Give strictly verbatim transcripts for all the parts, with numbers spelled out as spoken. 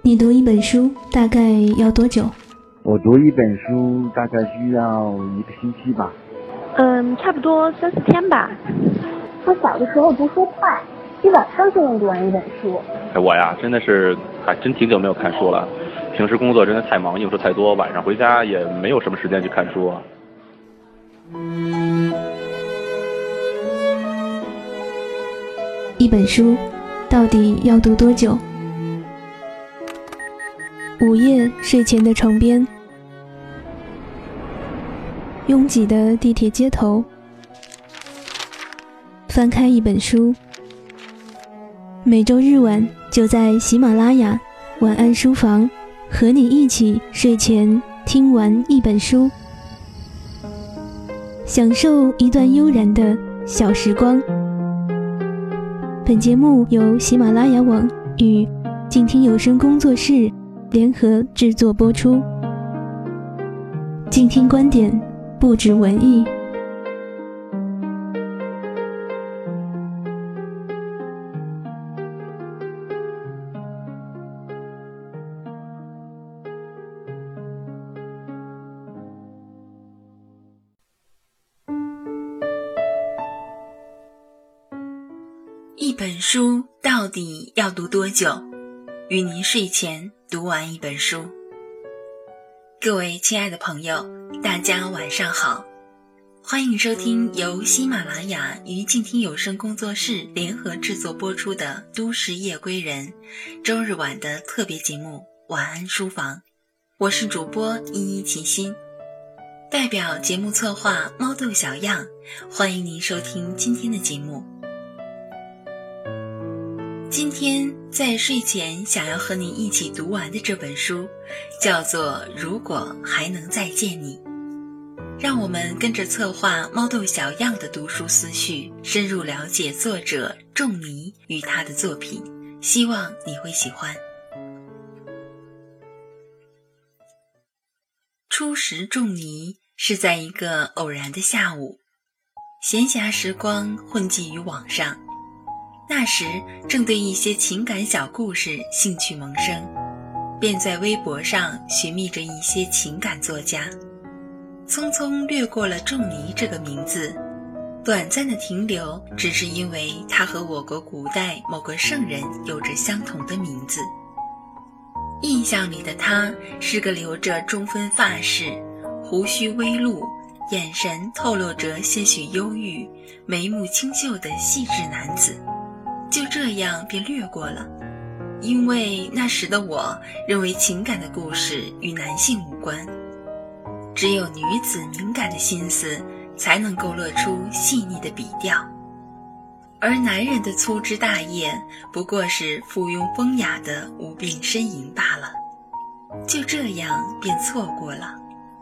你读一本书大概要多久？ 我读一本书大概需要一个星期吧。 嗯，差不多三四天吧。 我小的时候读书快，一晚上就能读完一本书。 我呀，真的是还真挺久没有看书了。平时工作真的太忙，应酬太多，晚上回家也没有什么时间去看书啊。 一本书到底要读多久？午夜睡前的床边，拥挤的地铁街头，翻开一本书。每周日晚就在喜马拉雅晚安书房，和你一起睡前听完一本书，享受一段悠然的小时光。本节目由喜马拉雅网与静听有声工作室联合制作播出。静听观点，不止文艺。 一本书到底要读多久？与您睡前读完一本书。各位亲爱的朋友，大家晚上好，欢迎收听由喜马拉雅与静听有声工作室联合制作播出的都市夜归人周日晚的特别节目晚安书房。我是主播依依齐心，代表节目策划猫豆小样，欢迎您收听今天的节目。今天在睡前想要和你一起读完的这本书叫做《如果还能再见你》，让我们跟着策划猫豆小样的读书思绪，深入了解作者仲尼与他的作品，希望你会喜欢。初识仲尼是在一个偶然的下午，闲暇时光混迹于网上，那时正对一些情感小故事兴趣萌生，便在微博上寻觅着一些情感作家，匆匆略过了仲尼这个名字，短暂的停留只是因为他和我国古代某个圣人有着相同的名字。印象里的他是个留着中分发饰，胡须微露，眼神透露着些许忧郁，眉目清秀的细致男子。就这样便略过了，因为那时的我认为情感的故事与男性无关，只有女子敏感的心思才能勾勒出细腻的笔调，而男人的粗枝大叶不过是附庸风雅的无病呻吟罢了，就这样便错过了。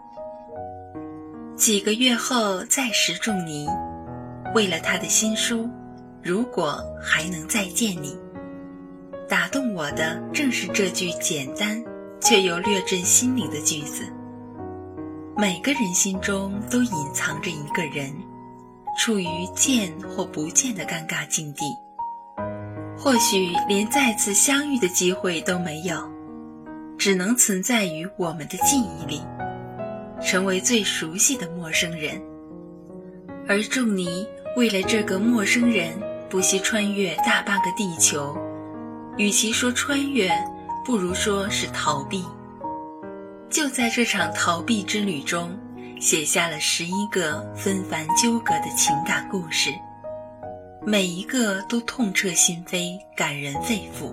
几个月后再识仲尼，为了他的新书如果还能再见你，打动我的正是这句简单却又略震心灵的句子。每个人心中都隐藏着一个人，处于见或不见的尴尬境地，或许连再次相遇的机会都没有，只能存在于我们的记忆里，成为最熟悉的陌生人。而仲尼为了这个陌生人不惜穿越大半个地球，与其说穿越，不如说是逃避。就在这场逃避之旅中，写下了十一个纷繁纠葛的情感故事，每一个都痛彻心扉，感人肺腑。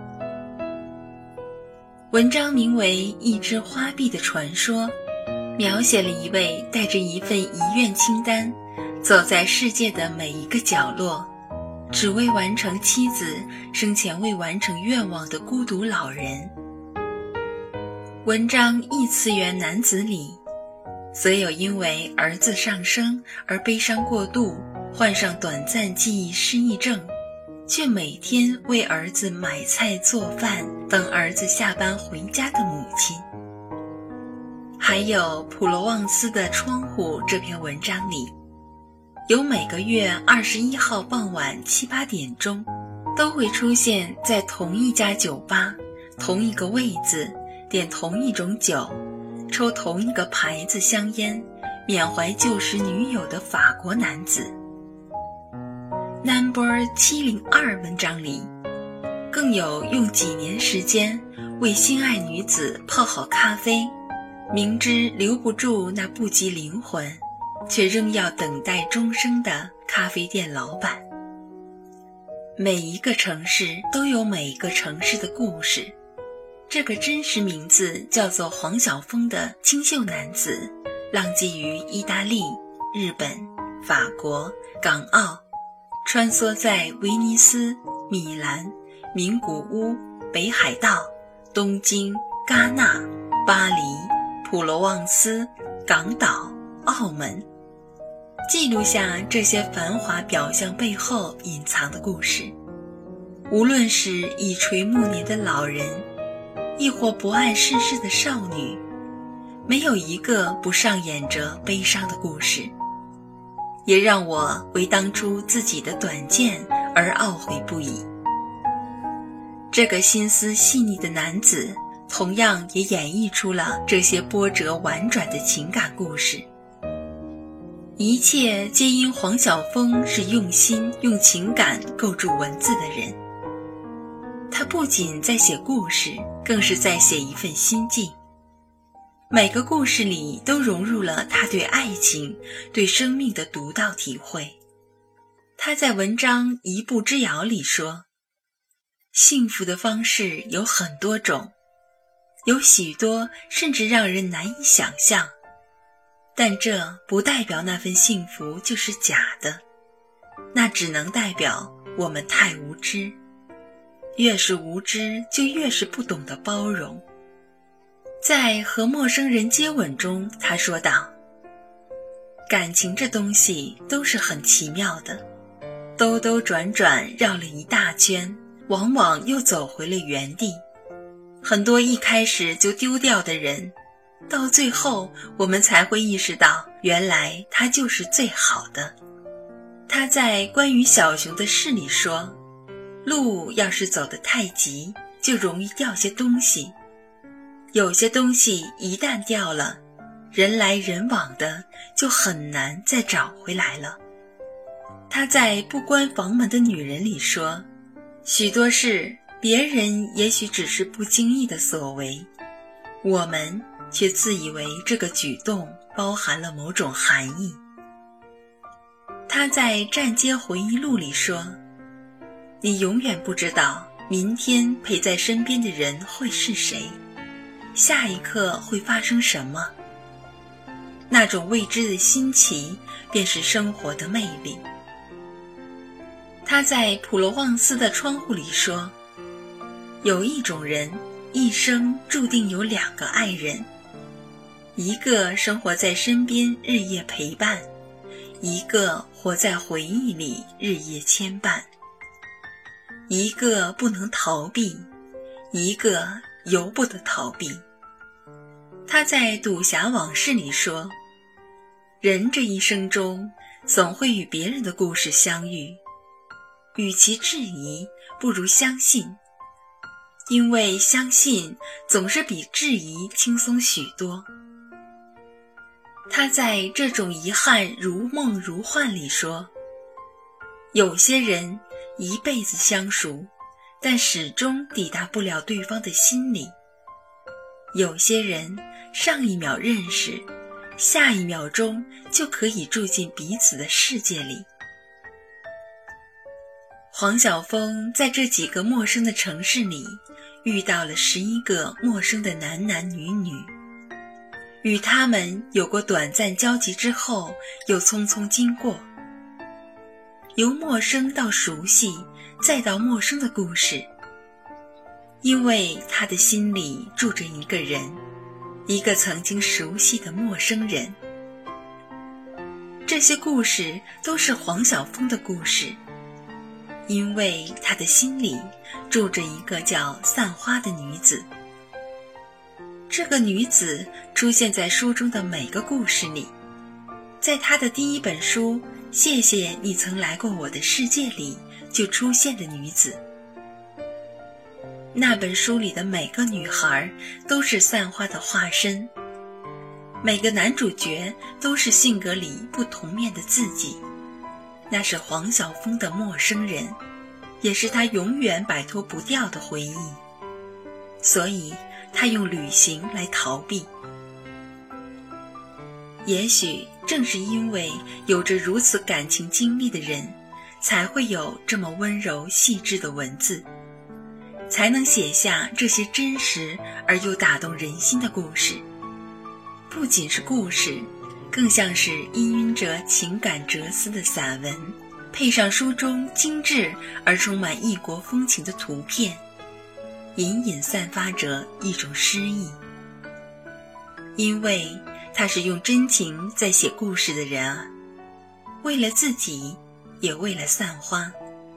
文章名为《一只花臂的传说》，描写了一位带着一份遗愿清单，走在世界的每一个角落，只为完成妻子生前未完成愿望的孤独老人。文章异次元男子里，所有因为儿子上升而悲伤过度，患上短暂记忆失忆症，却每天为儿子买菜做饭，等儿子下班回家的母亲。还有普罗旺斯的窗户这篇文章里，有每个月二十一号傍晚七八点钟，都会出现在同一家酒吧， 同一个位子，点同一种酒，抽同一个牌子香烟，缅怀旧时女友的法国男子。 Number 七零二文章里更有用几年时间为心爱女子泡好咖啡，明知留不住那不羁灵魂，却仍要等待终生的咖啡店老板。每一个城市都有每个城市的故事。这个真实名字叫做黄晓峰的清秀男子，浪迹于意大利、日本、法国、港澳，穿梭在威尼斯、米兰、名古屋、北海道、东京、戛纳、巴黎、普罗旺斯、港岛、澳门，记录下这些繁华表象背后隐藏的故事。无论是已垂暮年的老人，亦或不谙世事的少女，没有一个不上演着悲伤的故事，也让我为当初自己的短见而懊悔不已。这个心思细腻的男子，同样也演绎出了这些波折婉转的情感故事。一切皆因黄晓峰是用心用情感构筑文字的人。他不仅在写故事，更是在写一份心境。每个故事里都融入了他对爱情、对生命的独到体会。他在文章《一步之遥》里说，幸福的方式有很多种，有许多甚至让人难以想象，但这不代表那份幸福就是假的，那只能代表我们太无知。越是无知，就越是不懂得包容。在和陌生人接吻中，他说道，感情这东西都是很奇妙的，兜兜转转绕了一大圈，往往又走回了原地。很多一开始就丢掉的人，到最后我们才会意识到，原来他就是最好的。他在关于小熊的事里说，路要是走得太急，就容易掉些东西。有些东西一旦掉了，人来人往的就很难再找回来了。他在不关房门的女人里说，许多事别人也许只是不经意的所为，我们却自以为这个举动包含了某种含义。他在站街回忆录里说，你永远不知道明天陪在身边的人会是谁，下一刻会发生什么。那种未知的新奇，便是生活的魅力。他在普罗旺斯的窗户里说，有一种人，一生注定有两个爱人，一个生活在身边日夜陪伴，一个活在回忆里日夜牵绊。一个不能逃避，一个由不得逃避。他在赌侠往事里说，人这一生中总会与别人的故事相遇，与其质疑，不如相信，因为相信总是比质疑轻松许多。他在这种遗憾如梦如幻里说，有些人一辈子相熟，但始终抵达不了对方的心里。有些人上一秒认识，下一秒钟就可以住进彼此的世界里。黄晓峰在这几个陌生的城市里遇到了十一个陌生的男男女女，与他们有过短暂交集之后，又匆匆经过。由陌生到熟悉，再到陌生的故事，因为他的心里住着一个人，一个曾经熟悉的陌生人。这些故事都是黄晓峰的故事，因为他的心里住着一个叫散花的女子。这个女子出现在书中的每个故事里，在他的第一本书《谢谢你曾来过我的世界》里就出现的女子。 那本书里的每个女孩都是散花的化身，每个男主角都是性格里不同面的自己。那是黄晓峰的陌生人，也是他永远摆脱不掉的回忆。所以他用旅行来逃避。也许正是因为有着如此感情经历的人，才会有这么温柔细致的文字，才能写下这些真实而又打动人心的故事。不仅是故事，更像是氤氲着情感哲思的散文，配上书中精致而充满异国风情的图片，隐隐散发着一种诗意。因为他是用真情在写故事的人啊，为了自己，也为了散花。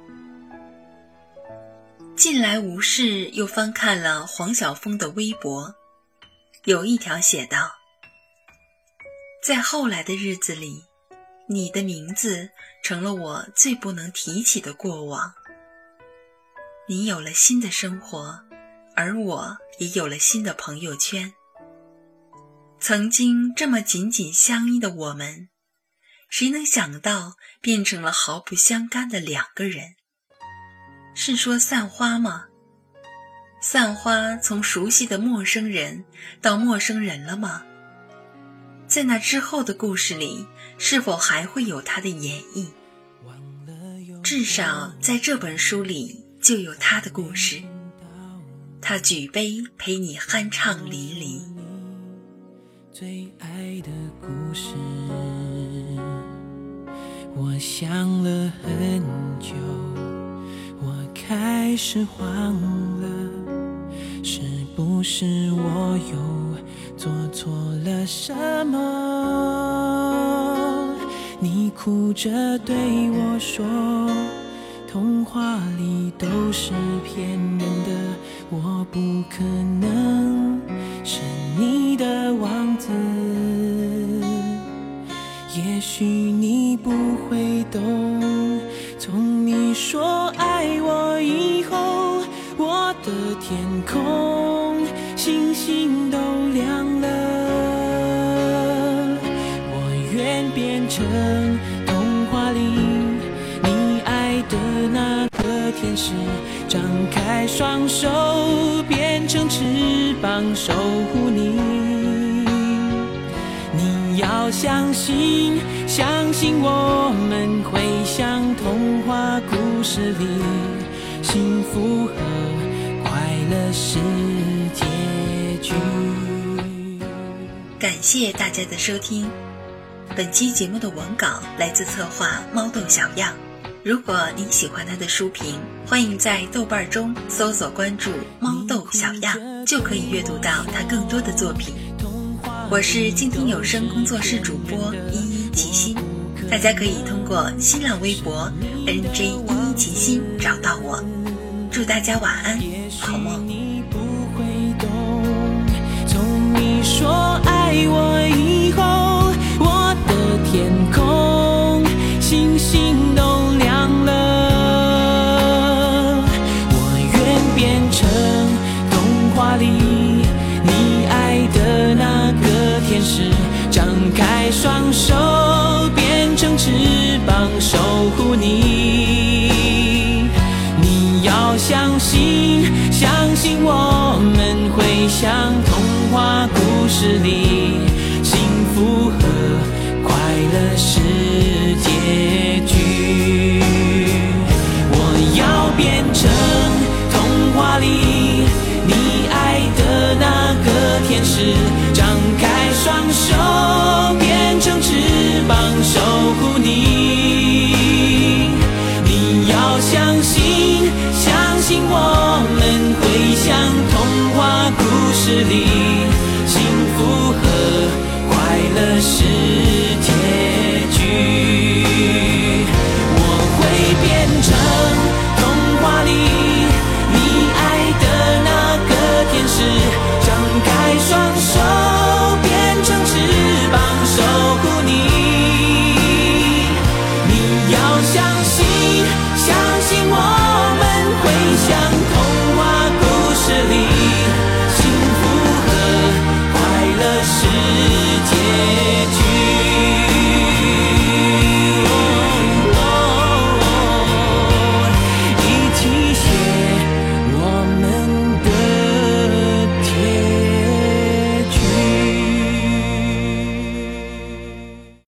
近来无事又翻看了黄晓峰的微博，有一条写道：在后来的日子里，你的名字成了我最不能提起的过往。你有了新的生活，而我也有了新的朋友圈。曾经这么紧紧相依的我们，谁能想到变成了毫不相干的两个人？是说散花吗？散花从熟悉的陌生人到陌生人了吗？在那之后的故事里，是否还会有他的演绎？至少在这本书里就有他的故事。他举杯陪你酣畅淋漓。 最爱的故事，我想了很久，我开始慌了，是不是我又做错了什么？你哭着对我说，童话里都是骗人的，我不可能是你的王子。也许你不会懂，从你说爱我以后，我的天空星星都亮了。我愿变成童话里你爱的那个天使，张开双手变成翅膀守护你。你要相信，相信我们会像童话故事里，幸福和快乐是结局。 感谢大家的收听。本期节目的文稿来自策划猫豆小样。如果您喜欢他的书评，欢迎在豆瓣中搜索关注猫豆小样，就可以阅读到他更多的作品。我是静听有声工作室主播依依齐心，大家可以通过新浪微博 N J 依依齐心找到我。祝大家晚安，好梦。 你不会懂，从你说爱我以后，我的天空星星都亮了。我愿变成童话里你爱的那个天使，张开双手变成翅膀守护你。你要相信，相信我们会像童话故事里，幸福和快乐是结局。我要变成童话里你爱的那个天使，张开双手变成翅膀守护你。你要相信，相信我们会